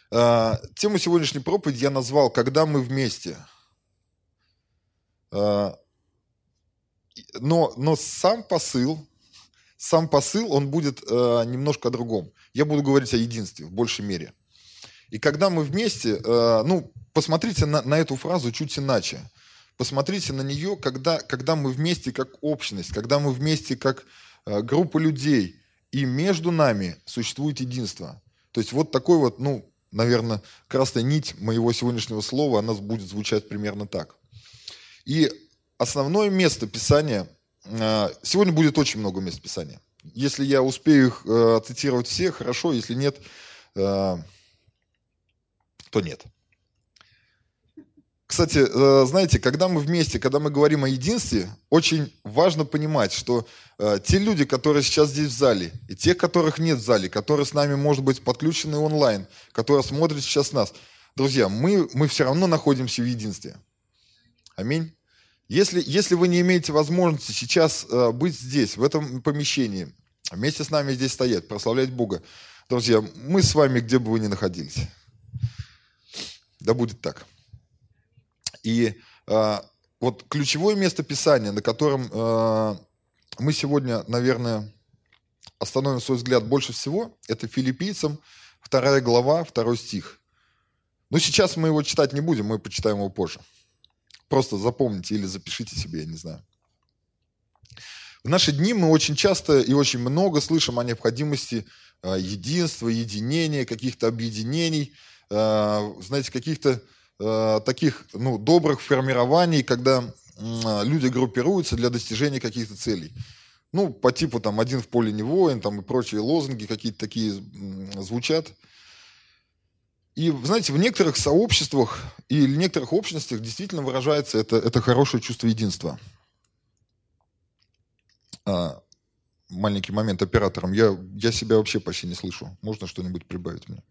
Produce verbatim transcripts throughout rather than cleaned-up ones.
А, Тему сегодняшней проповеди я назвал «Когда мы вместе». А, Но, но сам посыл, сам посыл, он будет а, немножко о другом. Я буду говорить о единстве в большей мере. И когда мы вместе, а, ну, посмотрите на, на эту фразу чуть иначе. Посмотрите на нее, когда, когда мы вместе как общность, когда мы вместе как а, группа людей, и между нами существует единство. То есть вот такой вот, ну, наверное, красная нить моего сегодняшнего слова, она будет звучать примерно так. И основное место Писания, э, сегодня будет очень много мест Писания. Если я успею их э, цитировать все, хорошо, если нет, э, то нет. Кстати, э, знаете, когда мы вместе, когда мы говорим о единстве, очень важно понимать, что э, те люди, которые сейчас здесь в зале, и тех, которых нет в зале, которые с нами, может быть, подключены онлайн, которые смотрят сейчас нас, друзья, мы, мы все равно находимся в единстве. Аминь. Если, если вы не имеете возможности сейчас э, быть здесь, в этом помещении, вместе с нами здесь стоять, прославлять Бога, друзья, мы с вами, где бы вы ни находились. Да будет так. И э, вот ключевое место Писания, на котором э, мы сегодня, наверное, остановим свой взгляд больше всего, это Филиппийцам, вторая глава, второй стих. Но сейчас мы его читать не будем, мы почитаем его позже. Просто запомните или запишите себе, я не знаю. В наши дни мы очень часто и очень много слышим о необходимости э, единства, единения, каких-то объединений, э, знаете, каких-то э, таких ну, добрых формирований, когда э, люди группируются для достижения каких-то целей. Ну, по типу там «один в поле не воин» там, и прочие лозунги какие-то такие м, звучат. И, знаете, в некоторых сообществах или в некоторых общностях действительно выражается это, это хорошее чувство единства. А, маленький момент оператором. Я, я себя вообще почти не слышу. Можно что-нибудь прибавить мне?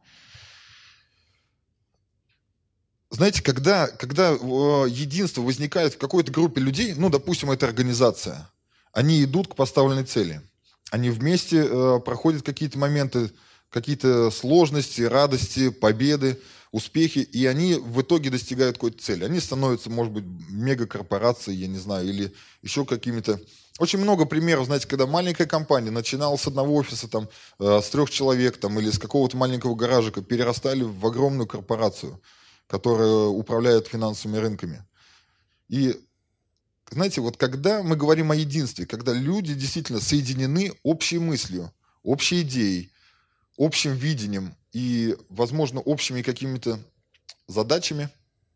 Знаете, когда, когда э, единство возникает в какой-то группе людей, ну, допустим, это организация, они идут к поставленной цели. Они вместе э, проходят какие-то моменты, какие-то сложности, радости, победы, успехи, и они в итоге достигают какой-то цели. Они становятся, может быть, мегакорпорацией, я не знаю, или еще какими-то... Очень много примеров, знаете, когда маленькая компания начинала с одного офиса, там, э, с трех человек, там, или с какого-то маленького гаражика, перерастали в огромную корпорацию, которая управляет финансовыми рынками. И, знаете, вот когда мы говорим о единстве, когда люди действительно соединены общей мыслью, общей идеей, общим видением и, возможно, общими какими-то задачами,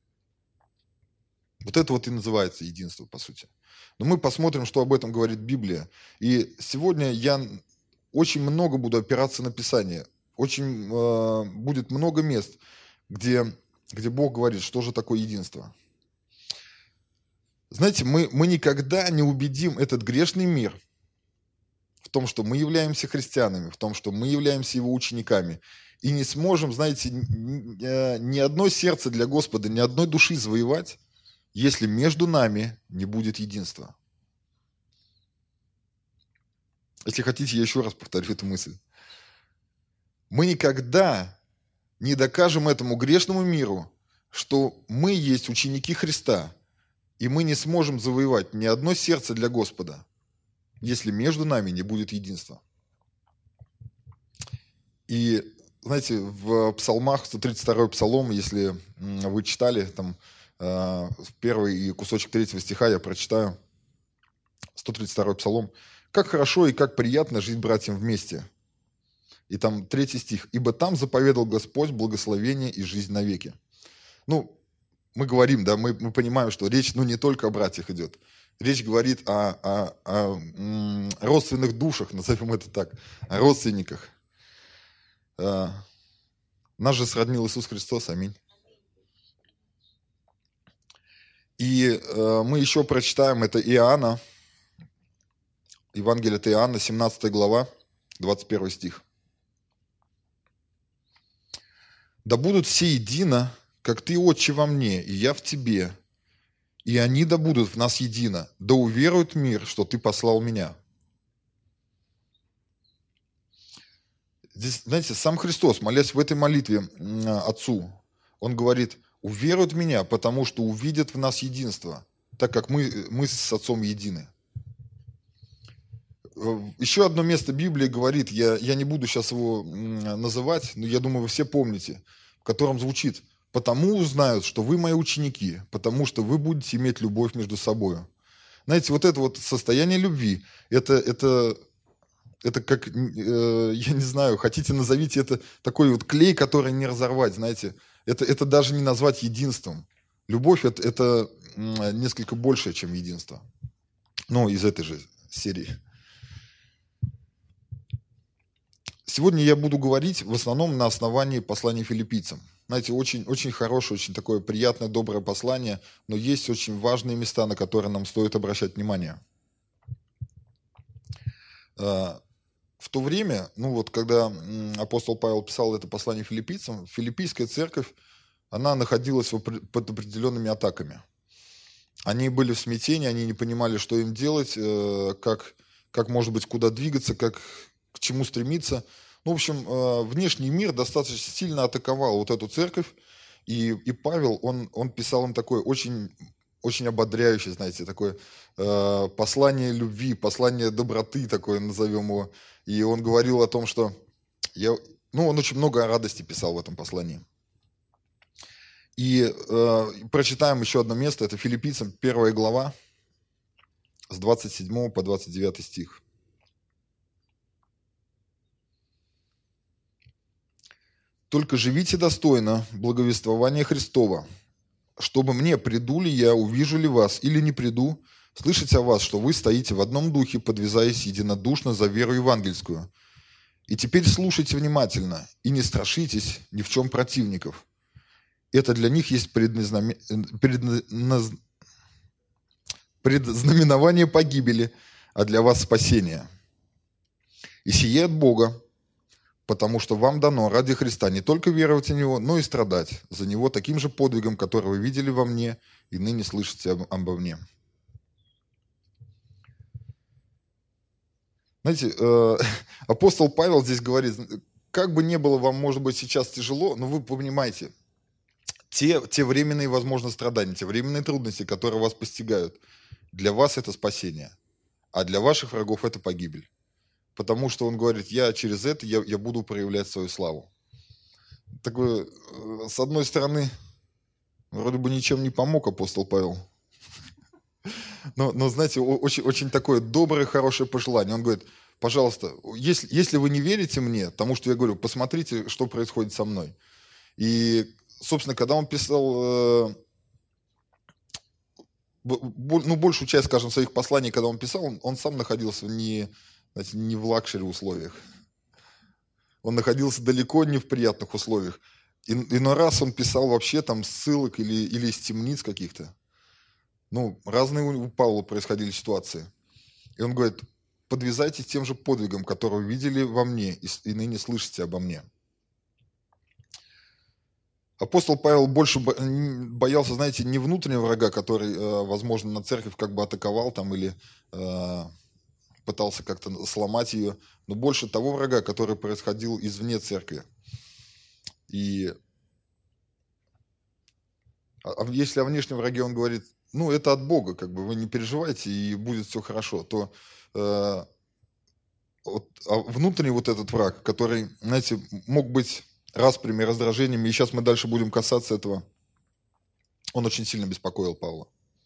вот это вот и называется единство, по сути. Но мы посмотрим, что об этом говорит Библия. И сегодня я очень много буду опираться на Писание. Очень э, будет много мест, где, где Бог говорит, что же такое единство. Знаете, мы, мы никогда не убедим этот грешный мир в том, что мы являемся христианами, в том, что мы являемся его учениками. И не сможем, знаете, ни одно сердце для Господа, ни одной души завоевать, если между нами не будет единства. Если хотите, я еще раз повторю эту мысль. Мы никогда не докажем этому грешному миру, что мы есть ученики Христа, и мы не сможем завоевать ни одно сердце для Господа, если между нами не будет единства. И, знаете, в псалмах, сто тридцать второй псалом, если вы читали, там, в первый и кусочек третьего стиха я прочитаю, сто тридцать второй псалом. «Как хорошо и как приятно жить братьям вместе». И там третий стих. «Ибо там заповедал Господь благословение и жизнь навеки». Ну, мы говорим, да, мы, мы понимаем, что речь, ну, не только о братьях идет. Речь говорит о, о, о м, родственных душах, назовем это так, о родственниках. А, нас же сроднил Иисус Христос, аминь. И э, мы еще прочитаем, это Иоанна, Евангелие от Иоанна, семнадцатая глава, двадцать первый стих. «Да будут все едино, как Ты, Отче, во мне, и я в Тебе, и они да будут в нас едино, да уверует мир, что Ты послал Меня». Здесь, знаете, сам Христос, молясь в этой молитве Отцу, Он говорит: уверуют в Меня, потому что увидят в нас единство, так как мы, мы с Отцом едины. Еще одно место Библии говорит, я, я не буду сейчас его называть, но я думаю, вы все помните, в котором звучит: «Потому узнают, что вы мои ученики, потому что вы будете иметь любовь между собой». Знаете, вот это вот состояние любви, это, это, это как, э, я не знаю, хотите назовите это такой вот клей, который не разорвать, знаете. Это, это даже не назвать единством. Любовь это, это несколько большее, чем единство. Ну, из этой же серии. Сегодня я буду говорить в основном на основании послания филиппийцам. Знаете, очень, очень хорошее, очень такое приятное, доброе послание, но есть очень важные места, на которые нам стоит обращать внимание. В то время, ну вот, когда апостол Павел писал это послание филиппийцам, филиппийская церковь, она находилась под определенными атаками. Они были в смятении, они не понимали, что им делать, как, как может быть, куда двигаться, как, к чему стремиться. Ну, в общем, внешний мир достаточно сильно атаковал вот эту церковь, и, и Павел, он, он писал им такое очень, очень ободряющее, знаете, такое э, послание любви, послание доброты, такое назовем его. И он говорил о том, что... Я, ну, он очень много о радости писал в этом послании. И э, прочитаем еще одно место, это Филиппийцам, первая глава, с двадцать седьмого по двадцать девятый стих. «Только живите достойно благовествования Христова, чтобы мне, приду ли я, увижу ли вас или не приду, слышать о вас, что вы стоите в одном духе, подвязаясь единодушно за веру евангельскую. И теперь слушайте внимательно и не страшитесь ни в чем противников. Это для них есть предназна... предназ... предзнаменование погибели, а для вас спасение. И сие от Бога, потому что вам дано ради Христа не только веровать в Него, но и страдать за Него таким же подвигом, который вы видели во мне и ныне слышите об, обо мне». Знаете, э, апостол Павел здесь говорит, как бы не было вам, может быть, сейчас тяжело, но вы понимаете, те, те временные, возможно, страдания, те временные трудности, которые вас постигают, для вас это спасение, а для ваших врагов это погибель. Потому что он говорит, я через это я, я буду проявлять свою славу. Такое, с одной стороны, вроде бы ничем не помог апостол Павел. Но, но знаете, очень, очень такое доброе, хорошее пожелание. Он говорит, пожалуйста, если, если вы не верите мне, тому, что я говорю, посмотрите, что происходит со мной. И, собственно, когда он писал, ну, большую часть, скажем, своих посланий, когда он писал, он, он сам находился не... Знаете, не в лакшери условиях. Он находился далеко не в приятных условиях. И, иной раз он писал вообще там ссылок или, или из темниц каких-то. Ну, разные у Павла происходили ситуации. И он говорит, подвязайтесь тем же подвигом, который вы видели во мне и, и ныне слышите обо мне. Апостол Павел больше боялся, знаете, не внутреннего врага, который, возможно, на церковь как бы атаковал там или... пытался как-то сломать ее, но больше того врага, который происходил извне церкви. И а если о внешнем враге он говорит, ну, это от Бога, как бы вы не переживайте, и будет все хорошо, то э, вот, а внутренний вот этот враг, который, знаете, мог быть распрями, раздражениями, и сейчас мы дальше будем касаться этого, он очень сильно беспокоил Павла.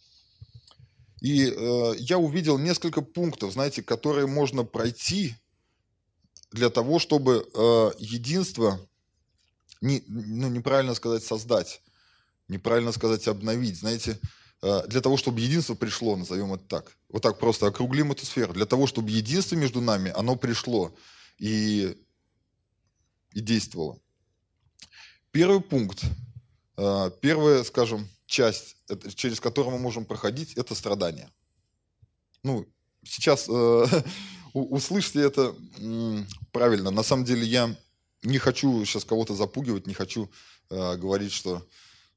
И э, я увидел несколько пунктов, знаете, которые можно пройти для того, чтобы э, единство, не, ну, неправильно сказать создать, неправильно сказать обновить, знаете, э, для того, чтобы единство пришло, назовем это так. Вот так просто округлим эту сферу. Для того, чтобы единство между нами, оно пришло и, и действовало. Первый пункт, э, первая, скажем, часть, через которую мы можем проходить, это страдание. Ну, сейчас э, услышьте это э, правильно. На самом деле я не хочу сейчас кого-то запугивать, не хочу э, говорить, что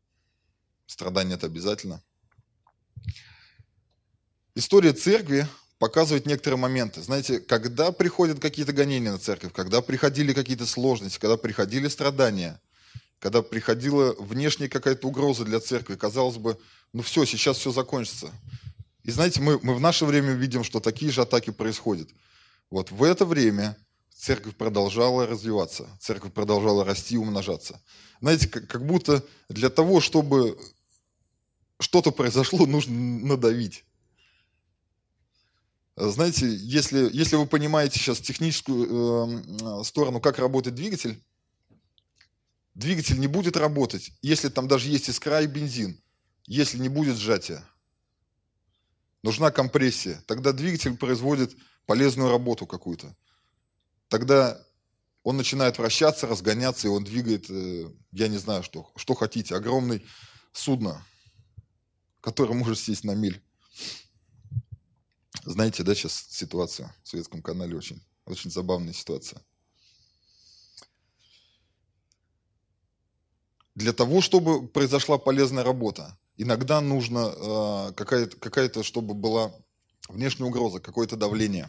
страдание это обязательно. История церкви показывать некоторые моменты. Знаете, когда приходят какие-то гонения на церковь, когда приходили какие-то сложности, когда приходили страдания, когда приходила внешняя какая-то угроза для церкви, казалось бы, ну все, сейчас все закончится. И знаете, мы, мы в наше время видим, что такие же атаки происходят. Вот в это время церковь продолжала развиваться, церковь продолжала расти и умножаться. Знаете, как, как будто для того, чтобы что-то произошло, нужно надавить. Знаете, если, если вы понимаете сейчас техническую э, сторону, как работает двигатель, двигатель не будет работать, если там даже есть искра и бензин, если не будет сжатия. Нужна компрессия. Тогда двигатель производит полезную работу какую-то. Тогда он начинает вращаться, разгоняться, и он двигает, э, я не знаю, что, что хотите, огромное судно, которое может сесть на миль. Знаете, да, сейчас ситуация в Советском канале очень, очень забавная ситуация. Для того, чтобы произошла полезная работа, иногда нужно э, какая-то, какая-то, чтобы была внешняя угроза, какое-то давление.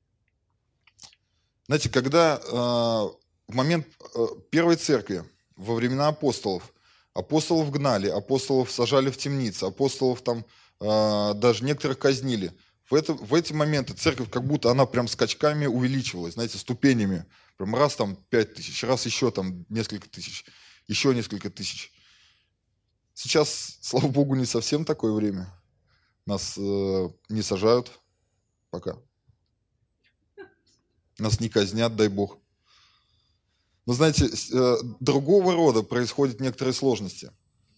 Знаете, когда э, в момент э, первой церкви, во времена апостолов, апостолов гнали, апостолов сажали в темницы, апостолов там э, даже некоторых казнили, в, это, в эти моменты церковь как будто она прям скачками увеличивалась, знаете, ступенями. Прям раз там пять тысяч, раз еще там несколько тысяч, еще несколько тысяч. Сейчас, слава богу, не совсем такое время. Нас э, не сажают пока. Нас не казнят, дай бог. Но знаете, э, другого рода происходят некоторые сложности.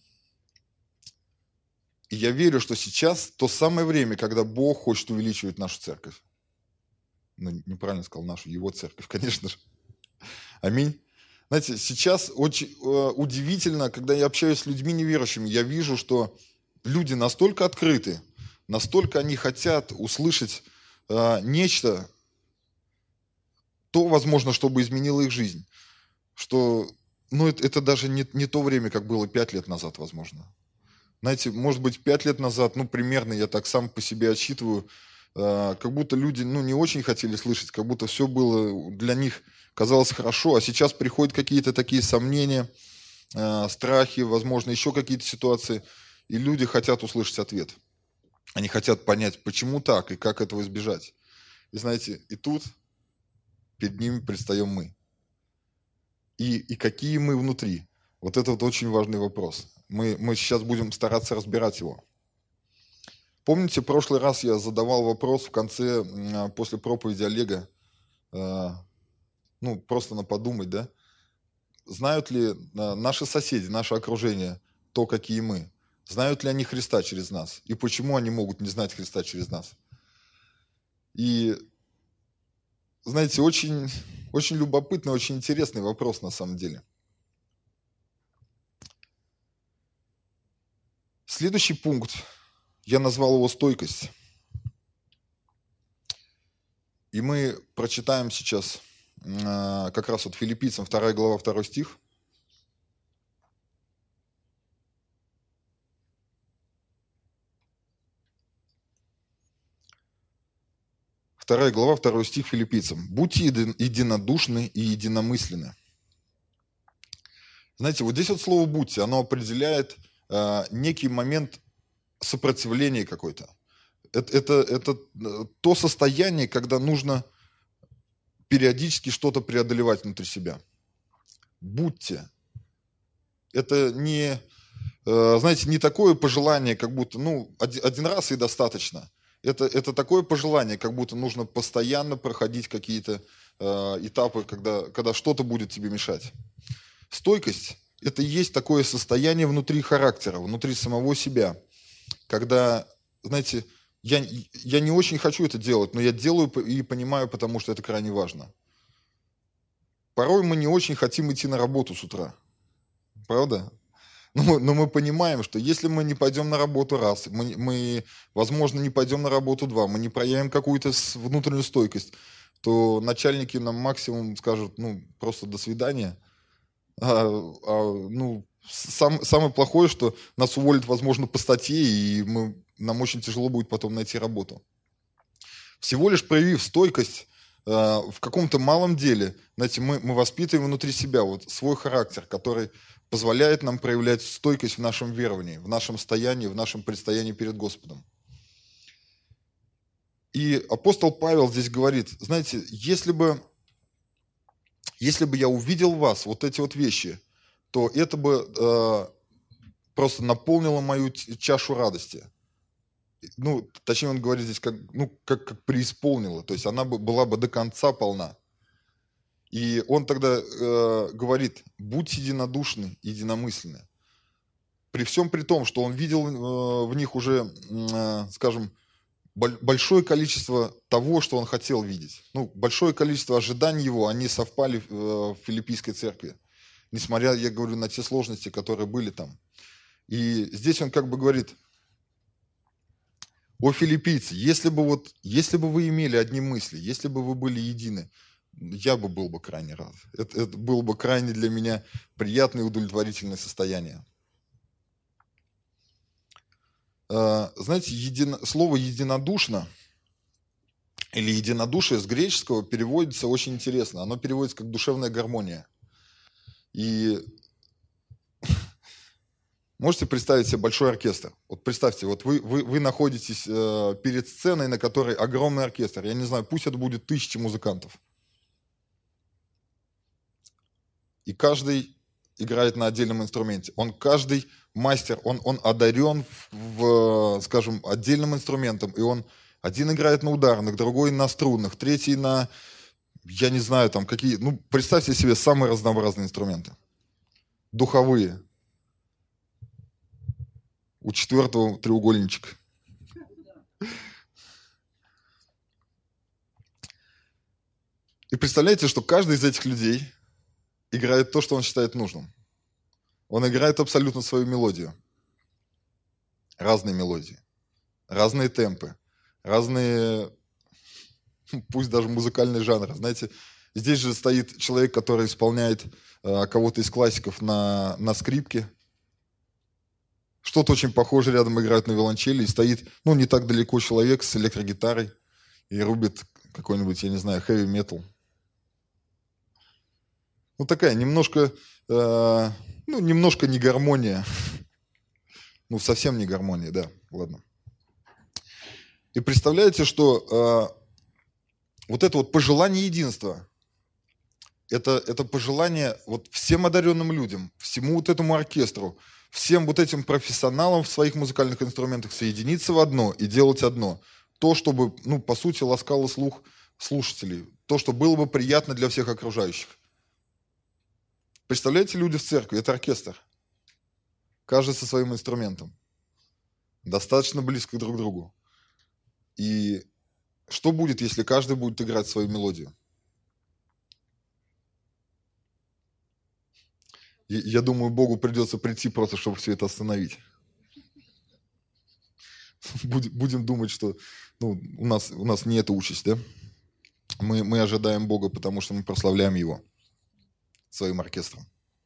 И я верю, что сейчас то самое время, когда Бог хочет увеличивать нашу церковь. Ну, неправильно сказал, нашу, его церковь, конечно же. Аминь. Знаете, сейчас очень э, удивительно, когда я общаюсь с людьми неверующими, я вижу, что люди настолько открыты, настолько они хотят услышать э, нечто, то, возможно, чтобы изменило их жизнь, что ну, это, это даже не, не то время, как было пять лет назад, возможно. Знаете, может быть, пять лет назад, ну, примерно, я так сам по себе отсчитываю, э, как будто люди, ну, не очень хотели слышать, как будто все было для них, казалось хорошо, а сейчас приходят какие-то такие сомнения, э, страхи, возможно, еще какие-то ситуации, и люди хотят услышать ответ. Они хотят понять, почему так и как этого избежать. И знаете, и тут перед ними предстаем мы. И, и какие мы внутри. Вот это вот очень важный вопрос. Мы, мы сейчас будем стараться разбирать его. Помните, в прошлый раз я задавал вопрос в конце, после проповеди Олега, э, ну, просто на подумать, да? Знают ли наши соседи, наше окружение, то, какие мы? Знают ли они Христа через нас? И почему они могут не знать Христа через нас? И, знаете, очень, очень любопытный, очень интересный вопрос на самом деле. Следующий пункт, я назвал его стойкость. И мы прочитаем сейчас э, как раз вот Филиппийцам вторая глава, второй стих. Вторая глава, второй стих Филиппийцам. «Будьте единодушны и единомысленны». Знаете, вот здесь вот слово «будьте», оно определяет э, некий момент сопротивления какой-то. Это, это, это то состояние, когда нужно периодически что-то преодолевать внутри себя. Будьте. Это не, э, знаете, не такое пожелание, как будто, ну, один, один раз и достаточно. Это, это такое пожелание, как будто нужно постоянно проходить какие-то э, этапы, когда, когда что-то будет тебе мешать. Стойкость – это и есть такое состояние внутри характера, внутри самого себя, когда, знаете, я, я не очень хочу это делать, но я делаю и понимаю, потому что это крайне важно. Порой мы не очень хотим идти на работу с утра, правда? Но мы, но мы понимаем, что если мы не пойдем на работу раз, мы, мы, возможно, не пойдем на работу два, мы не проявим какую-то внутреннюю стойкость, то начальники нам максимум скажут, ну, просто до свидания. А, а, ну, сам, самое плохое, что нас уволят, возможно, по статье, и мы, нам очень тяжело будет потом найти работу. Всего лишь проявив стойкость э, в каком-то малом деле, знаете, мы, мы воспитываем внутри себя вот свой характер, который позволяет нам проявлять стойкость в нашем веровании, в нашем стоянии, в нашем предстоянии перед Господом. И апостол Павел здесь говорит, знаете, если бы, если бы я увидел в вас вот эти вот вещи, то это бы э, просто наполнило мою чашу радости. Ну, точнее, он говорит здесь, как, ну, как, как преисполнила, то есть она бы, была бы до конца полна. И он тогда э, говорит, будьте единодушны, единомысленны. При всем при том, что он видел э, в них уже, э, скажем, большое количество того, что он хотел видеть. Ну, большое количество ожиданий его, они совпали в филиппийской церкви. Несмотря, я говорю, на те сложности, которые были там. И здесь он как бы говорит, о филиппийцы, если бы, вот, если бы вы имели одни мысли, если бы вы были едины, я бы был бы крайне рад. Это, это было бы крайне для меня приятное и удовлетворительное состояние. Знаете, едино, слово «единодушно» или «единодушие» с греческого переводится очень интересно. Оно переводится как «душевная гармония». И можете представить себе большой оркестр. Вот представьте, вот вы, вы, вы находитесь э, перед сценой, на которой огромный оркестр. Я не знаю, пусть это будет тысячи музыкантов. И каждый играет на отдельном инструменте. Он каждый мастер, он, он одарен в, скажем, отдельным инструментом. И он один играет на ударных, другой на струнных, третий на, я не знаю, там какие... Ну, представьте себе самые разнообразные инструменты. Духовые. У четвертого треугольничек. И представляете, что каждый из этих людей играет то, что он считает нужным. Он играет абсолютно свою мелодию. Разные мелодии, разные темпы, разные, пусть даже музыкальные жанры. Знаете, здесь же стоит человек, который исполняет э, кого-то из классиков на, на скрипке. Что-то очень похожее рядом играет на виолончели. И стоит, ну, не так далеко человек с электрогитарой и рубит какой-нибудь, я не знаю, хэви-метал. Ну, такая немножко, э, ну, немножко не гармония. Ну, совсем не гармония, да, ладно. И представляете, что э, вот это вот пожелание единства, это, это пожелание вот всем одаренным людям, всему вот этому оркестру, всем вот этим профессионалам в своих музыкальных инструментах соединиться в одно и делать одно. То, чтобы, ну, по сути, ласкало слух слушателей. То, что было бы приятно для всех окружающих. Представляете, люди в церкви, это оркестр. Каждый со своим инструментом. Достаточно близко друг к другу. И что будет, если каждый будет играть свою мелодию? И я думаю, Богу придется прийти просто, чтобы все это остановить. Будем думать, что ну, у нас, у нас не эта участь, да? Мы, мы ожидаем Бога, потому что мы прославляем Его своим оркестром.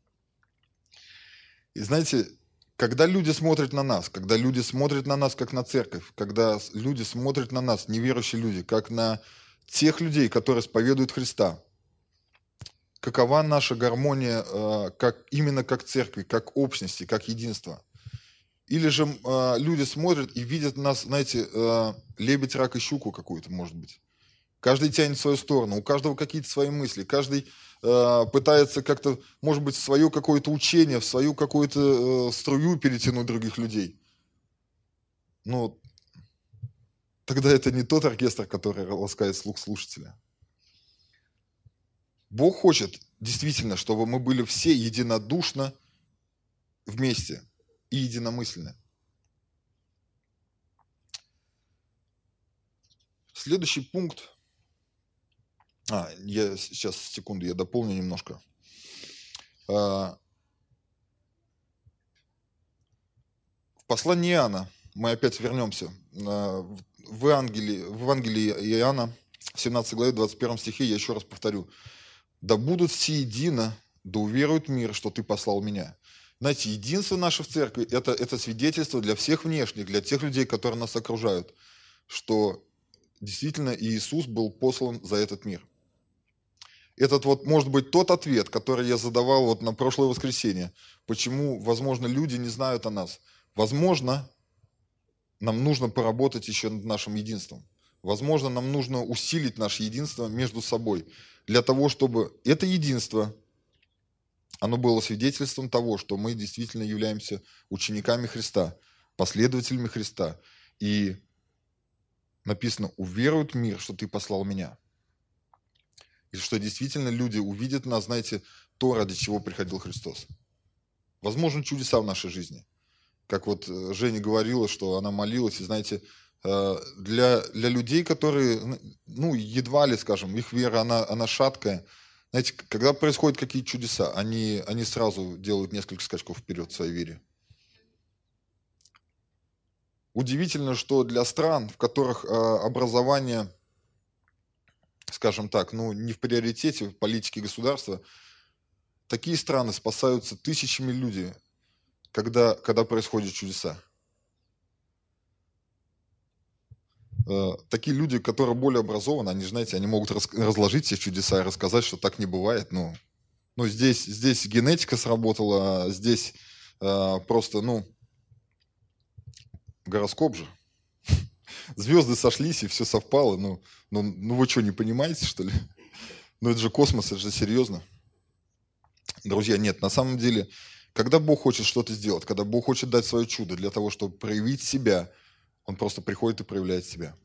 И знаете, когда люди смотрят на нас, когда люди смотрят на нас, как на церковь, когда люди смотрят на нас, неверующие люди, как на тех людей, которые исповедуют Христа, какова наша гармония как, именно как церкви, как общности, как единства? Или же люди смотрят и видят нас, знаете, лебедь, рак и щуку какую-то, может быть. Каждый тянет в свою сторону, у каждого какие-то свои мысли, каждый э, пытается как-то, может быть, в свое какое-то учение, в свою какую-то э, струю перетянуть других людей. Но тогда это не тот оркестр, который ласкает слух слушателя. Бог хочет действительно, чтобы мы были все единодушно вместе и единомысленны. Следующий пункт. А, я сейчас, секунду, я дополню немножко. В послании Иоанна, мы опять вернемся, в Евангелии, в Евангелии Иоанна, в семнадцатой главе, двадцать первом стихе, я еще раз повторю. «Да будут все едино, да уверует мир, что ты послал меня». Знаете, единство наше в церкви это, – это свидетельство для всех внешних, для тех людей, которые нас окружают, что действительно Иисус был послан за этот мир. Этот вот может быть тот ответ, который я задавал вот на прошлое воскресенье. Почему, возможно, люди не знают о нас. Возможно, нам нужно поработать еще над нашим единством. Возможно, нам нужно усилить наше единство между собой. Для того, чтобы это единство, оно было свидетельством того, что мы действительно являемся учениками Христа, последователями Христа. И написано: уверует мир, что ты послал меня. И что действительно люди увидят нас, знаете, то, ради чего приходил Христос. Возможно, чудеса в нашей жизни. Как вот Женя говорила, что она молилась, и знаете, для, для людей, которые, ну, едва ли, скажем, их вера, она, она шаткая. Знаете, когда происходят какие-то чудеса, они, они сразу делают несколько скачков вперед в своей вере. Удивительно, что для стран, в которых образование, скажем так, ну, не в приоритете в политике государства, такие страны спасаются тысячами людей, когда, когда происходят чудеса. Такие люди, которые более образованы, они, знаете, они могут разложить все чудеса и рассказать, что так не бывает. Ну, ну здесь, здесь генетика сработала, здесь э, просто, ну, гороскоп же. Звезды сошлись, и все совпало. Ну, ну, ну вы что, не понимаете, что ли? Ну это же космос, это же серьезно. Друзья, нет, на самом деле, когда Бог хочет что-то сделать, когда Бог хочет дать свое чудо для того, чтобы проявить себя, Он просто приходит и проявляет себя.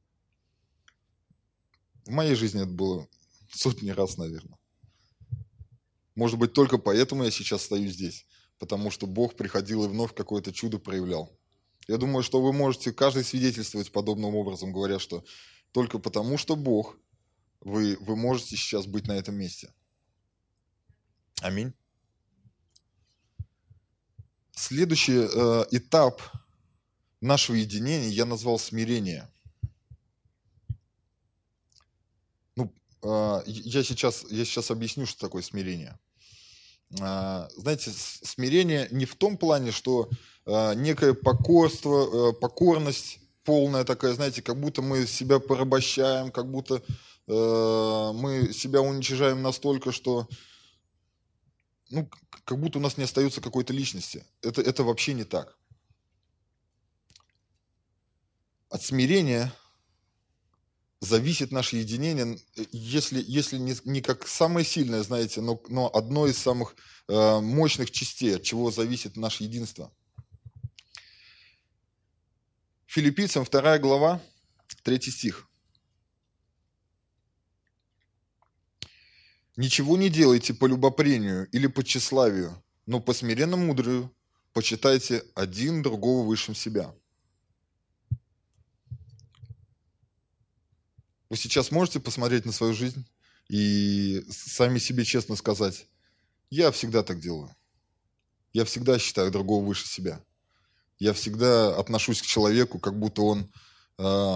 В моей жизни это было сотни раз, наверное. Может быть, только поэтому я сейчас стою здесь, потому что Бог приходил и вновь какое-то чудо проявлял. Я думаю, что вы можете каждый свидетельствовать подобным образом, говоря, что только потому, что Бог, вы, вы можете сейчас быть на этом месте. Аминь. Следующий э, этап нашего единения я назвал смирение. Ну, э, я, сейчас, я сейчас объясню, что такое смирение. Э, знаете, смирение не в том плане, что э, некое покорство, э, покорность полная такая, знаете, как будто мы себя порабощаем, как будто э, мы себя уничижаем настолько, что ну, как будто у нас не остается какой-то личности. Это, это вообще не так. От смирения зависит наше единение, если, если не, не как самое сильное, знаете, но, но одно из самых э, мощных частей, от чего зависит наше единство. Филиппийцам вторая глава, третий стих. «Ничего не делайте по любопрению или по тщеславию, но по смиренному мудрию почитайте один другого высшим себя». Вы сейчас можете посмотреть на свою жизнь и сами себе честно сказать: я всегда так делаю. Я всегда считаю другого выше себя. Я всегда отношусь к человеку, как будто он, э,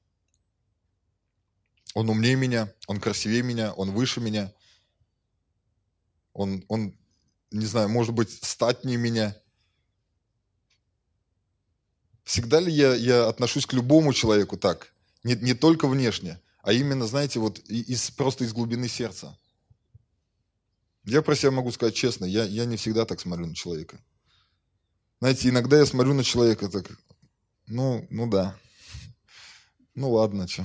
он умнее меня, он красивее меня, он выше меня. Он, он, не знаю, может быть, статнее меня. Всегда ли я, я отношусь к любому человеку так? Не, не только внешне, а именно, знаете, вот из, просто из глубины сердца. Я про себя могу сказать честно, я, я не всегда так смотрю на человека. Знаете, иногда я смотрю на человека так, ну, ну да, ну ладно, что.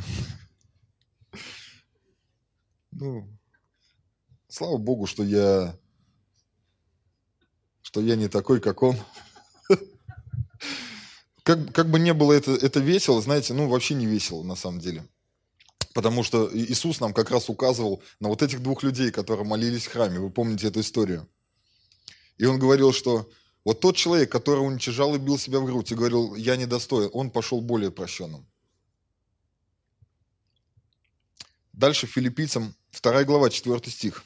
Ну, слава Богу, что я, что я не такой, как он. Как, как бы не было это, это весело, знаете, ну вообще не весело на самом деле. Потому что Иисус нам как раз указывал на вот этих двух людей, которые молились в храме. Вы помните эту историю? И он говорил, что вот тот человек, который уничижал и бил себя в грудь и говорил: я недостоин, он пошел более прощенным. Дальше Филиппийцам вторая глава, четвёртый стих.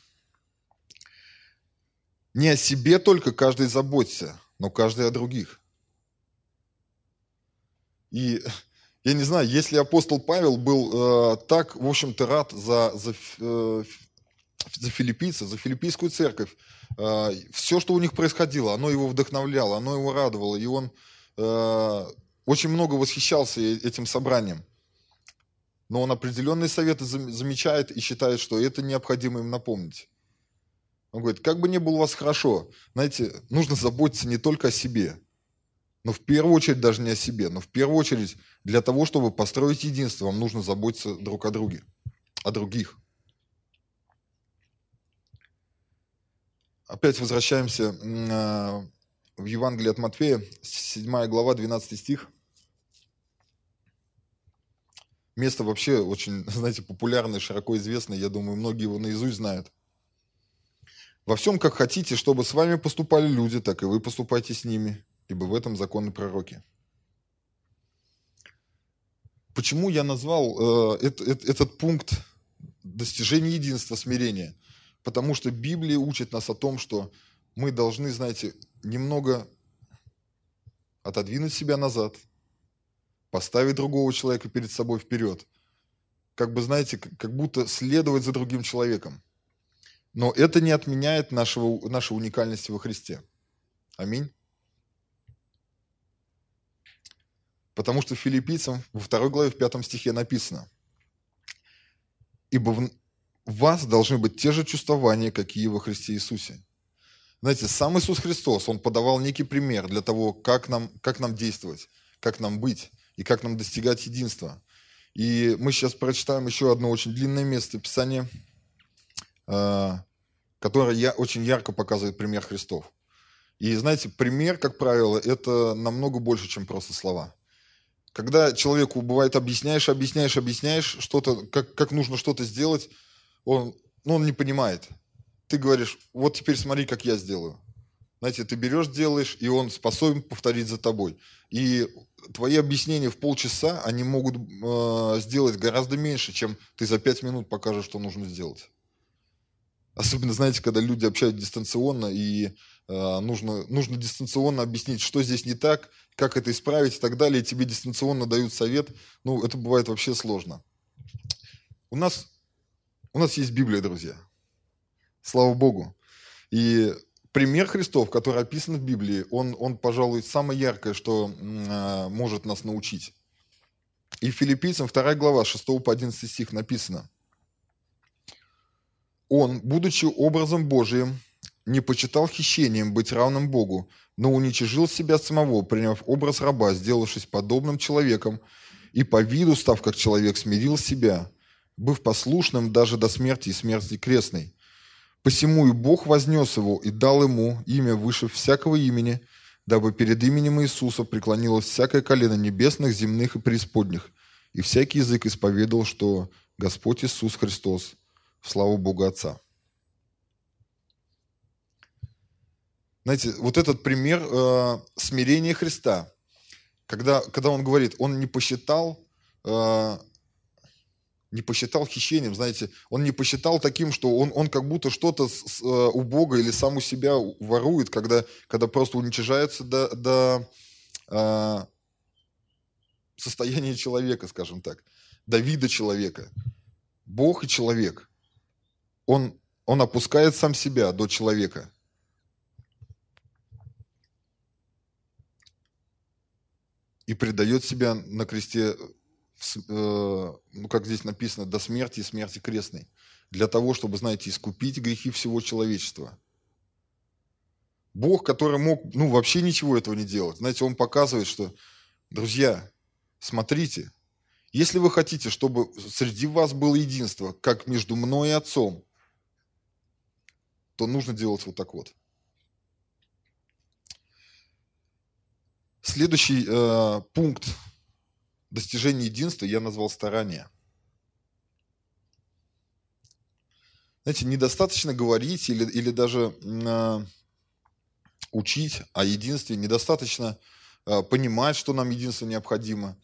«Не о себе только каждый заботится, но каждый о других». И я не знаю, если апостол Павел был э, так, в общем-то, рад за, за, э, за филиппийцев, за филиппийскую церковь, э, все, что у них происходило, оно его вдохновляло, оно его радовало, и он э, очень много восхищался этим собранием. но он определенные советы зам- замечает и считает, что это необходимо им напомнить. Он говорит, как бы ни было у вас хорошо, знаете, нужно заботиться не только о себе, но в первую очередь даже не о себе, но в первую очередь для того, чтобы построить единство, вам нужно заботиться друг о друге, о других. Опять возвращаемся м, а, в Евангелие от Матфея, седьмая глава, двенадцатый стих. Место вообще очень, знаете, популярное, широко известное, я думаю, многие его наизусть знают. «Во всем, как хотите, чтобы с вами поступали люди, так и вы поступайте с ними, ибо в этом законы пророки». Почему я назвал э, эт- эт- этот пункт достижения единства, смирения? Потому что Библия учит нас о том, что мы должны, знаете, немного отодвинуть себя назад, поставить другого человека перед собой вперед, как бы, знаете, к- как будто следовать за другим человеком. Но это не отменяет нашего, нашей уникальности во Христе. Аминь. Потому что филиппийцам во второй главе, в пятом стихе написано, «Ибо в в вас должны быть те же чувствования, какие во Христе Иисусе». Знаете, сам Иисус Христос, Он подавал некий пример для того, как нам, как нам действовать, как нам быть и как нам достигать единства. И мы сейчас прочитаем еще одно очень длинное место Писания, а, которое я, очень ярко показывает пример Христов. И знаете, пример, как правило, это намного больше, чем просто слова. Когда человеку, бывает, объясняешь, объясняешь, объясняешь что-то, как, как нужно что-то сделать, он, ну, он не понимает. Ты говоришь, вот теперь смотри, как я сделаю. Знаете, ты берешь, делаешь, и он способен повторить за тобой. И твои объяснения в полчаса, они могут э, сделать гораздо меньше, чем ты за пять минут покажешь, что нужно сделать. Особенно, знаете, когда люди общаются дистанционно, и э, нужно, нужно дистанционно объяснить, что здесь не так, как это исправить и так далее, и тебе дистанционно дают совет. Ну, это бывает вообще сложно. У нас, у нас есть Библия, друзья. Слава Богу. И пример Христов, который описан в Библии, он, он пожалуй, самое яркое, что м, может нас научить. И Филиппийцам вторая глава, с шестого по одиннадцатый стих написано. «Он, будучи образом Божиим, не почитал хищением быть равным Богу, но уничижил себя самого, приняв образ раба, сделавшись подобным человеком, и по виду, став как человек, смирил себя, быв послушным даже до смерти и смерти крестной. Посему и Бог вознес его и дал ему имя выше всякого имени, дабы перед именем Иисуса преклонилось всякое колено небесных, земных и преисподних, и всякий язык исповедовал, что Господь Иисус Христос, в славу Бога Отца». Знаете, вот этот пример э, смирения Христа, когда, когда он говорит, он не посчитал, э, не посчитал хищением, знаете, он не посчитал таким, что он, он как будто что-то с- с, э, у Бога или сам у себя ворует, когда, когда просто уничижается до, до э, состояния человека, скажем так, до вида человека. Бог и человек. Он, он опускает сам себя до человека. И предает себя на кресте, в с- э, ну, как здесь написано, до смерти и смерти крестной, для того, чтобы, знаете, искупить грехи всего человечества. Бог, который мог, ну, вообще ничего этого не делать, знаете, Он показывает, что, друзья, смотрите, если вы хотите, чтобы среди вас было единство, как между мной и Отцом, то нужно делать вот так вот. Следующий э, пункт достижения единства я назвал старание. Знаете, недостаточно говорить или, или даже э, учить о единстве, недостаточно э, понимать, что нам единство необходимо.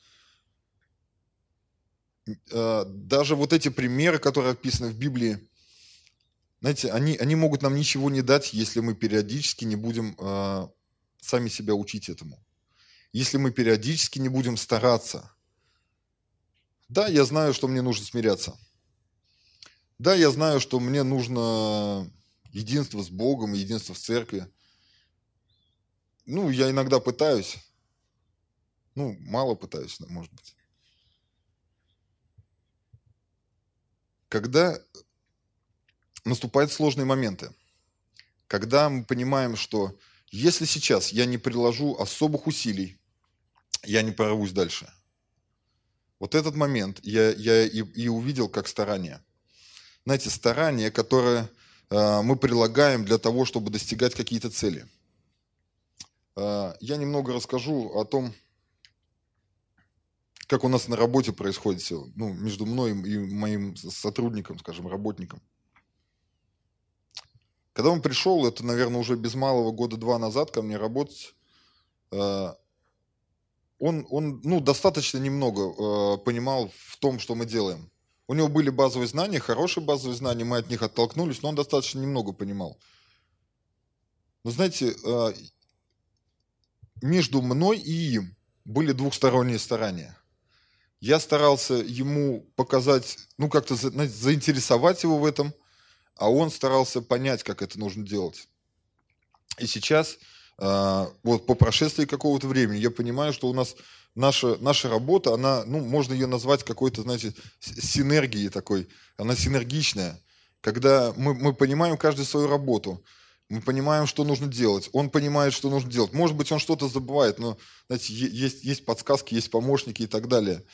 Э, даже вот эти примеры, которые описаны в Библии, знаете, они, они могут нам ничего не дать, если мы периодически не будем э, сами себя учить этому. Если мы периодически не будем стараться. Да, я знаю, что мне нужно смиряться. Да, я знаю, что мне нужно единство с Богом, единство в церкви. Ну, я иногда пытаюсь. Ну, мало пытаюсь, может быть. Когда наступают сложные моменты, когда мы понимаем, что если сейчас я не приложу особых усилий, я не прорвусь дальше. Вот этот момент я, я и, и увидел как старание. Знаете, старание, которое э, мы прилагаем для того, чтобы достигать какие-то цели. Э, я немного расскажу о том, как у нас на работе происходит все, ну, между мной и моим сотрудником, скажем, работником. Когда он пришел, это, наверное, уже без малого года два назад ко мне работать, э, он, он ну, достаточно немного э, понимал в том, что мы делаем. У него были базовые знания, хорошие базовые знания, мы от них оттолкнулись, но он достаточно немного понимал. Но знаете, э, между мной и им были двухсторонние старания. Я старался ему показать, ну как-то за- знаете, заинтересовать его в этом, а он старался понять, как это нужно делать. И сейчас, э, вот по прошествии какого-то времени, я понимаю, что у нас наша, наша работа, она, ну, можно ее назвать какой-то, знаете, с- синергией такой, она синергичная, когда мы, мы понимаем каждый свою работу, мы понимаем, что нужно делать, он понимает, что нужно делать. Может быть, он что-то забывает, но, знаете, е- есть, есть подсказки, есть помощники и так далее.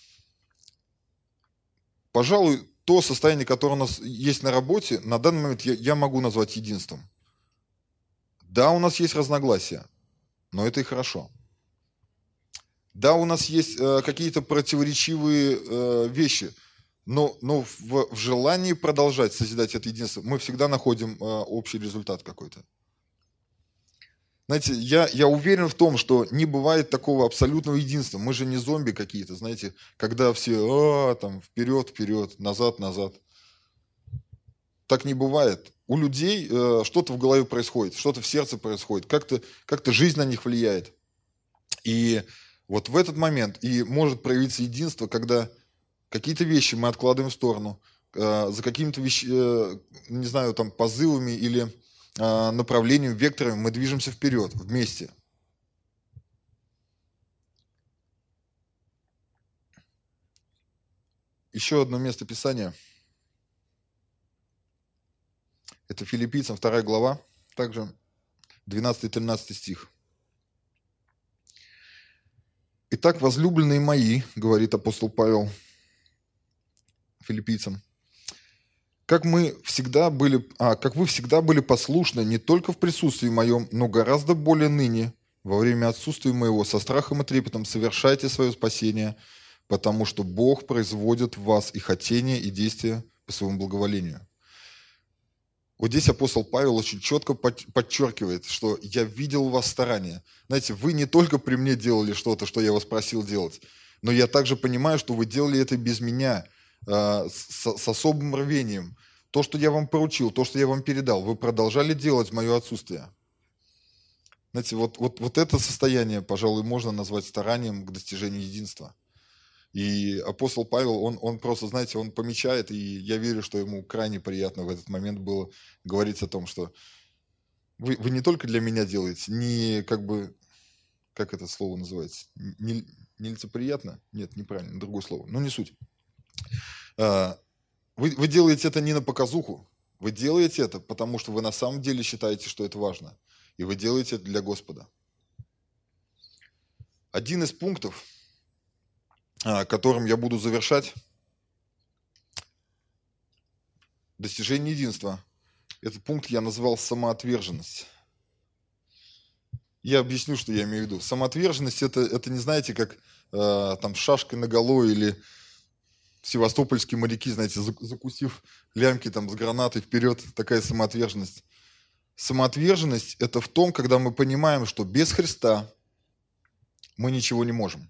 Пожалуй, то состояние, которое у нас есть на работе, на данный момент я, я могу назвать единством. Да, у нас есть разногласия, но это и хорошо. Да, у нас есть э, какие-то противоречивые э, вещи, но, но в, в желании продолжать созидать это единство мы всегда находим э, общий результат какой-то. Знаете, я, я уверен в том, что не бывает такого абсолютного единства. Мы же не зомби какие-то, знаете, когда все а, там, вперед, вперед, назад, назад. Так не бывает. У людей э, что-то в голове происходит, что-то в сердце происходит, как-то как-то жизнь на них влияет. И вот в этот момент и может проявиться единство, когда какие-то вещи мы откладываем в сторону, э, за какими-то вещи, э, не знаю, там, позывами или э, направлением, векторами мы движемся вперед вместе. Еще одно место Писания. Это Филиппийцам, вторая глава, также двенадцатый-тринадцатый стих. «Итак, возлюбленные мои, — говорит апостол Павел филиппийцам, — как мы всегда были, а, как вы всегда были послушны не только в присутствии моем, но гораздо более ныне, во время отсутствия моего, со страхом и трепетом совершайте свое спасение, потому что Бог производит в вас и хотение, и действия по своему благоволению». Вот здесь апостол Павел очень четко под- подчеркивает, что я видел у вас старания. Знаете, вы не только при мне делали что-то, что я вас просил делать, но я также понимаю, что вы делали это без меня, э, с, с особым рвением. То, что я вам поручил, то, что я вам передал, вы продолжали делать в мое отсутствие. Знаете, вот, вот, вот это состояние, пожалуй, можно назвать старанием к достижению единства. И апостол Павел, он, он просто, знаете, он помечает, и я верю, что ему крайне приятно в этот момент было говорить о том, что вы, вы не только для меня делаете, не как бы, как это слово называется, не, нелицеприятно? Нет, неправильно, другое слово, ну не суть. А, Вы, вы делаете это не на показуху, вы делаете это, потому что вы на самом деле считаете, что это важно, и вы делаете это для Господа. Один из пунктов, а, которым я буду завершать, достижение единства. Этот пункт я назвал самоотверженность. Я объясню, что я имею в виду. Самоотверженность это, это не знаете, как э, там шашкой наголо или севастопольские моряки, знаете, зак- закусив лямки там с гранатой вперед, такая самоотверженность. Самоотверженность это в том, когда мы понимаем, что без Христа мы ничего не можем.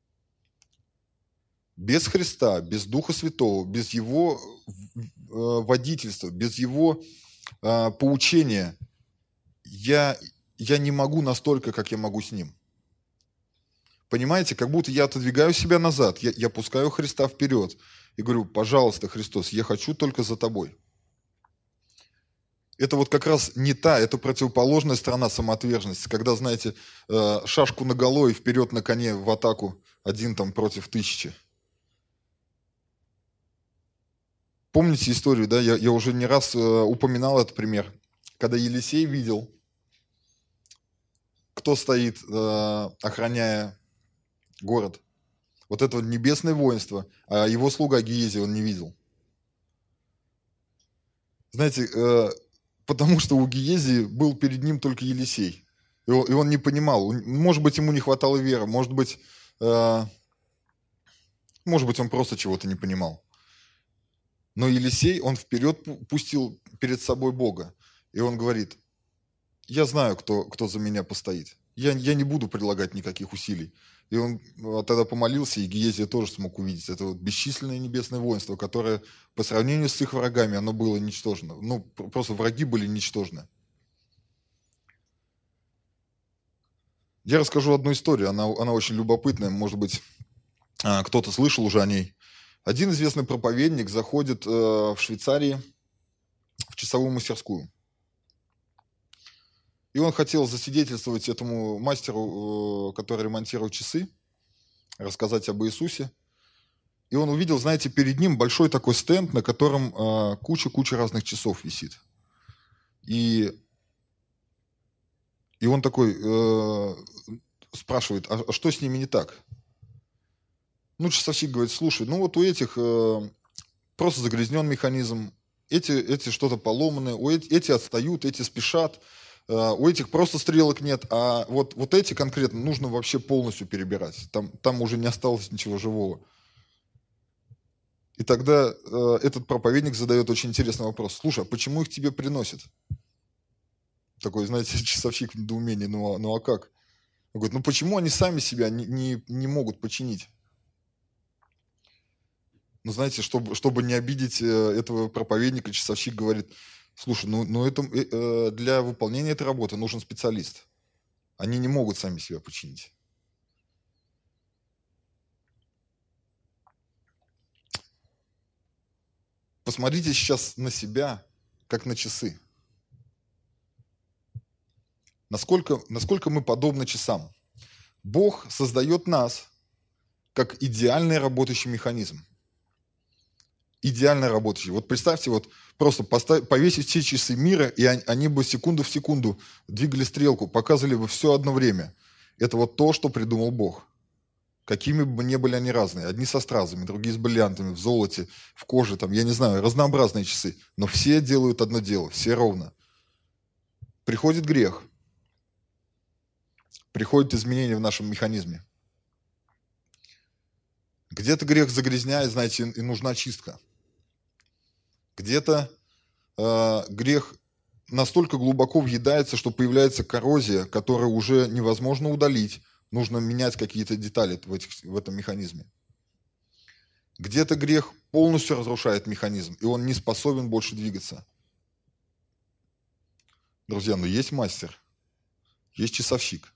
Без Христа, без Духа Святого, без Его э, водительства, без Его э, поучения я, я не могу настолько, как я могу с Ним. Понимаете, как будто я отодвигаю себя назад, я, я пускаю Христа вперед и говорю, пожалуйста, Христос, я хочу только за Тобой. Это вот как раз не та, это противоположная сторона самоотверженности, когда, знаете, э, шашку наголо и вперед на коне в атаку один там против тысячи. Помните историю, да? Я, я уже не раз э, упоминал этот пример. Когда Елисей видел, кто стоит, э, охраняя город. Вот это вот небесное воинство, а его слуга Гиези он не видел. Знаете, э, потому что у Гиези был перед ним только Елисей. И он, и он не понимал. Может быть, ему не хватало веры, может быть, э, может быть, он просто чего-то не понимал. Но Елисей, он вперед пустил перед собой Бога. И он говорит, я знаю, кто, кто за меня постоит. Я, я не буду прилагать никаких усилий. И он тогда помолился, и Гиезия тоже смог увидеть. Это вот бесчисленное небесное воинство, которое по сравнению с их врагами, оно было ничтожно. Ну, просто враги были ничтожны. Я расскажу одну историю, она, она очень любопытная, может быть, кто-то слышал уже о ней. Один известный проповедник заходит в Швейцарии в часовую мастерскую. И он хотел засвидетельствовать этому мастеру, который ремонтировал часы, рассказать об Иисусе. И он увидел, знаете, перед ним большой такой стенд, на котором куча-куча разных часов висит. И, и он такой э, спрашивает, а, а что с ними не так? Ну, часовщик говорит, слушай, ну вот у этих э, просто загрязнен механизм, эти, эти что-то поломаны, у эти, эти отстают, эти спешат. У этих просто стрелок нет, а вот, вот эти конкретно нужно вообще полностью перебирать. Там, там уже не осталось ничего живого. И тогда э, этот проповедник задает очень интересный вопрос. Слушай, а почему их тебе приносят? Такой, знаете, часовщик в недоумении. Ну, а, ну а как? Он говорит, ну почему они сами себя не, не, не могут починить? Ну, знаете, чтобы, чтобы не обидеть этого проповедника, часовщик говорит, слушай, ну, ну это, э, для выполнения этой работы нужен специалист. Они не могут сами себя починить. Посмотрите сейчас на себя, как на часы. Насколько, насколько мы подобны часам. Бог создает нас как идеальный работающий механизм. Идеально работающий. Вот представьте, вот просто поставь, повесить все часы мира, и они, они бы секунду в секунду двигали стрелку, показывали бы все одно время. Это вот то, что придумал Бог. Какими бы ни были они разные. Одни со стразами, другие с бриллиантами, в золоте, в коже, там, я не знаю, разнообразные часы. Но все делают одно дело, все ровно. Приходит грех. Приходят изменения в нашем механизме. Где-то грех загрязняет, знаете, и нужна чистка. Где-то э, грех настолько глубоко въедается, что появляется коррозия, которую уже невозможно удалить. Нужно менять какие-то детали в, этих, в этом механизме. Где-то грех полностью разрушает механизм, и он не способен больше двигаться. Друзья, но есть мастер, есть часовщик.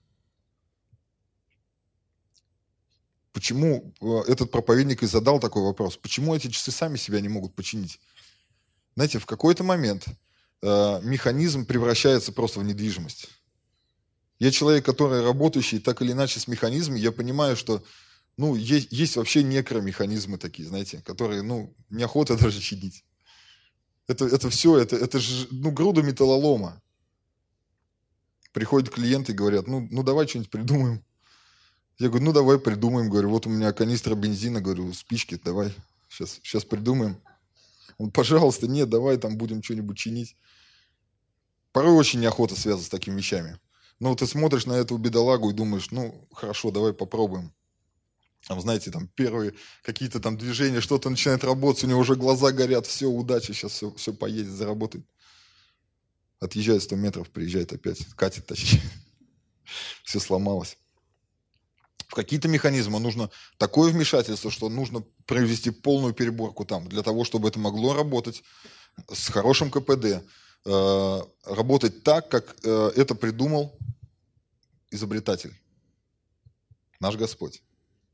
Почему этот проповедник и задал такой вопрос? Почему эти часы сами себя не могут починить? Знаете, в какой-то момент э, механизм превращается просто в недвижимость. Я человек, который работающий так или иначе с механизмом, я понимаю, что ну, есть, есть вообще некромеханизмы такие, знаете, которые ну, неохота даже чинить. Это, это все, это, это же ну, груда металлолома. Приходят клиенты и говорят, ну, ну давай что-нибудь придумаем. Я говорю, ну давай придумаем, говорю, вот у меня канистра бензина, говорю, спички, давай, сейчас, сейчас придумаем. Он, пожалуйста, нет, давай там будем что-нибудь чинить. Порой очень неохота связываться с такими вещами. Но вот ты смотришь на эту бедолагу и думаешь, ну хорошо, давай попробуем. Там, знаете, там первые какие-то там движения, что-то начинает работать, у него уже глаза горят, все, удачи, сейчас все, все поедет, заработает. Отъезжает сто метров, приезжает опять, катит, точнее. Все сломалось. В какие-то механизмы нужно такое вмешательство, что нужно провести полную переборку там, для того, чтобы это могло работать с хорошим ка пэ дэ, э, работать так, как э, это придумал изобретатель, наш Господь.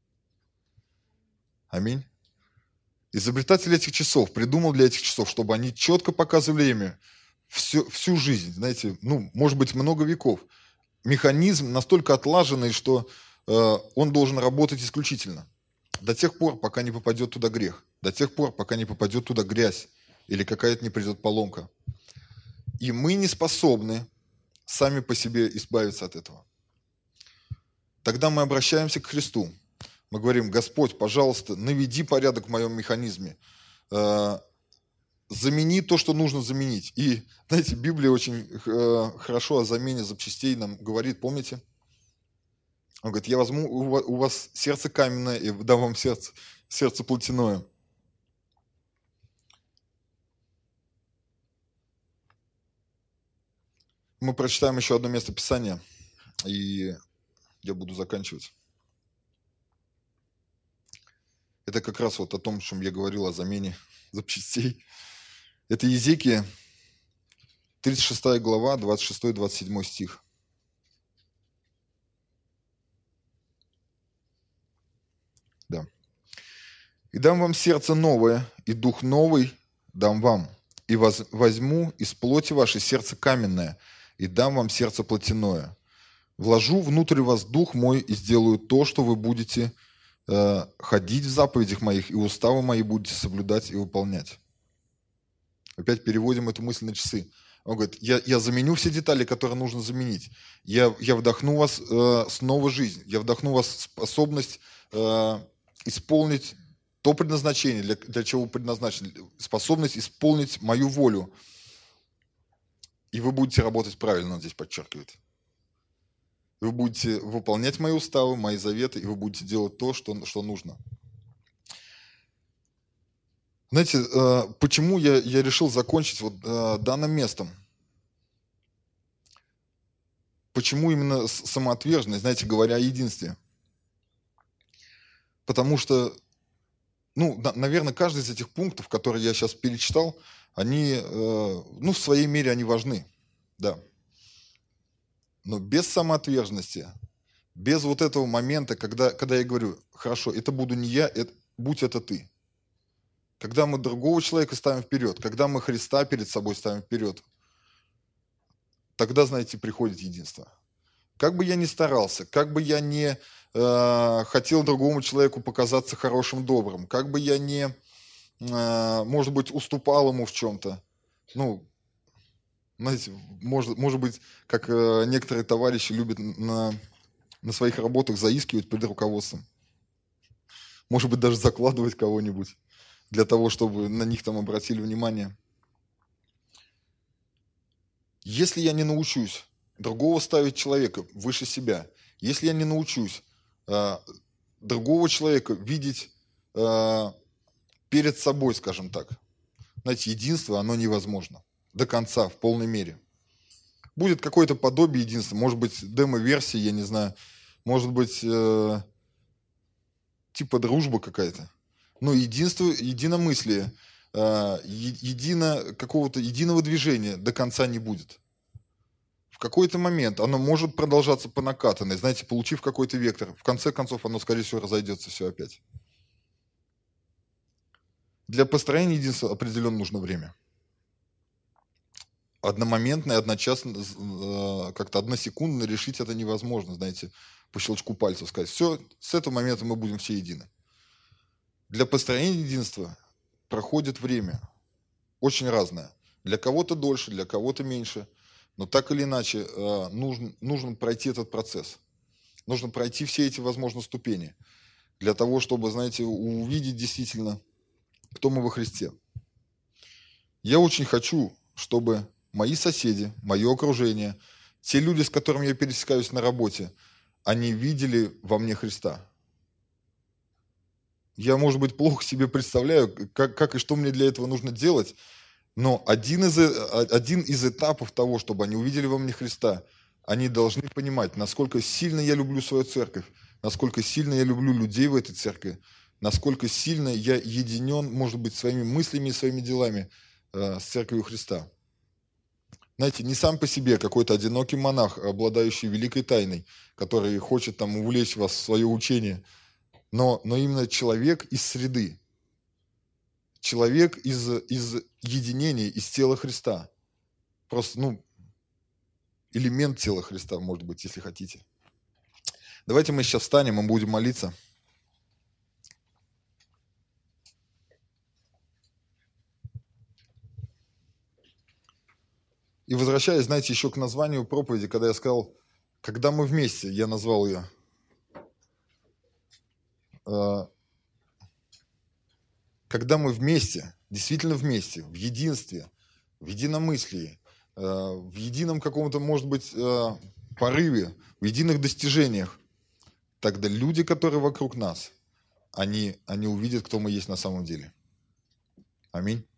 Аминь. Изобретатель этих часов придумал для этих часов, чтобы они четко показывали время всю, всю жизнь, знаете, ну, может быть, много веков. Механизм настолько отлаженный, что он должен работать исключительно. До тех пор, пока не попадет туда грех. до тех пор, пока не попадет туда грязь или какая-то не придет поломка. И мы не способны сами по себе избавиться от этого. Тогда мы обращаемся к Христу. Мы говорим: Господь, пожалуйста, наведи порядок в моем механизме. Э, замени то, что нужно заменить. И, знаете, Библия очень э, хорошо о замене запчастей нам говорит, помните? Он говорит: я возьму у ва- у вас сердце каменное и дам вам сердце, сердце плотяное. Мы прочитаем еще одно место Писания, и я буду заканчивать. Это как раз вот о том, о чем я говорил, о замене запчастей. Это Иезекия, тридцать шестая глава, двадцать шестой двадцать седьмой стих. Да. «И дам вам сердце новое, и дух новый дам вам, и воз- возьму из плоти вашей сердце каменное, и дам вам сердце плотяное. Вложу внутрь вас дух мой, и сделаю то, что вы будете э, ходить в заповедях моих, и уставы мои будете соблюдать и выполнять». Опять переводим эту мысль на часы. Он говорит: я, я заменю все детали, которые нужно заменить. Я, я вдохну в вас э, снова жизнь. Я вдохну в вас способность э, исполнить то предназначение, для, для чего вы предназначены. Способность исполнить мою волю. И вы будете работать правильно, он здесь подчеркивает. Вы будете выполнять мои уставы, мои заветы, и вы будете делать то, что, что нужно. Знаете, э, почему я, я решил закончить вот э, данным местом? Почему именно с- самоотверженность, знаете, говоря о единстве? Потому что, ну, на- наверное, каждый из этих пунктов, которые я сейчас перечитал, они, э, ну, в своей мере они важны, да. Но без самоотверженности, без вот этого момента, когда, когда я говорю: хорошо, это буду не я, это, будь это ты. Когда мы другого человека ставим вперед, когда мы Христа перед собой ставим вперед, тогда, знаете, приходит единство. Как бы я ни старался, как бы я не э, хотел другому человеку показаться хорошим, добрым, как бы я не, э, может быть, уступал ему в чем-то, ну, знаете, может, может быть, как э, некоторые товарищи любят на, на своих работах заискивать перед руководством, может быть, даже закладывать кого-нибудь для того, чтобы на них там обратили внимание. Если я не научусь другого ставить человека выше себя, если я не научусь э, другого человека видеть э, перед собой, скажем так, знаете, единство, оно невозможно до конца, в полной мере. Будет какое-то подобие единства, может быть, демо-версия, я не знаю, может быть, э, типа дружба какая-то. Но единство, единомыслие, э, е- едино, какого-то единого движения до конца не будет. В какой-то момент оно может продолжаться по накатанной, знаете, получив какой-то вектор. В конце концов, оно, скорее всего, разойдется все опять. Для построения единства определенно нужно время. Одномоментно и одночасно, э, как-то односекундно решить это невозможно, знаете, по щелчку пальцев сказать: все, с этого момента мы будем все едины. Для построения единства проходит время, очень разное. Для кого-то дольше, для кого-то меньше. Но так или иначе, э, нужно, нужно пройти этот процесс. Нужно пройти все эти, возможно, ступени для того, чтобы, знаете, увидеть действительно, кто мы во Христе. Я очень хочу, чтобы мои соседи, мое окружение, те люди, с которыми я пересекаюсь на работе, они видели во мне Христа. Я, может быть, плохо себе представляю, как, как и что мне для этого нужно делать, но один из, э, один из этапов того, чтобы они увидели во мне Христа, они должны понимать, насколько сильно я люблю свою церковь, насколько сильно я люблю людей в этой церкви, насколько сильно я единен, может быть, своими мыслями и своими делами э, с церковью Христа. Знаете, не сам по себе какой-то одинокий монах, обладающий великой тайной, который хочет там увлечь вас в свое учение, но, но именно человек из среды, человек из, из единения, из тела Христа. Просто, ну, элемент тела Христа, может быть, если хотите. Давайте мы сейчас встанем, мы будем молиться. И возвращаясь, знаете, еще к названию проповеди, когда я сказал, когда мы вместе, я назвал ее, э, когда мы вместе, действительно вместе, в единстве, в единомыслии, э, в едином каком-то, может быть, э, порыве, в единых достижениях, тогда люди, которые вокруг нас, они, они увидят, кто мы есть на самом деле. Аминь.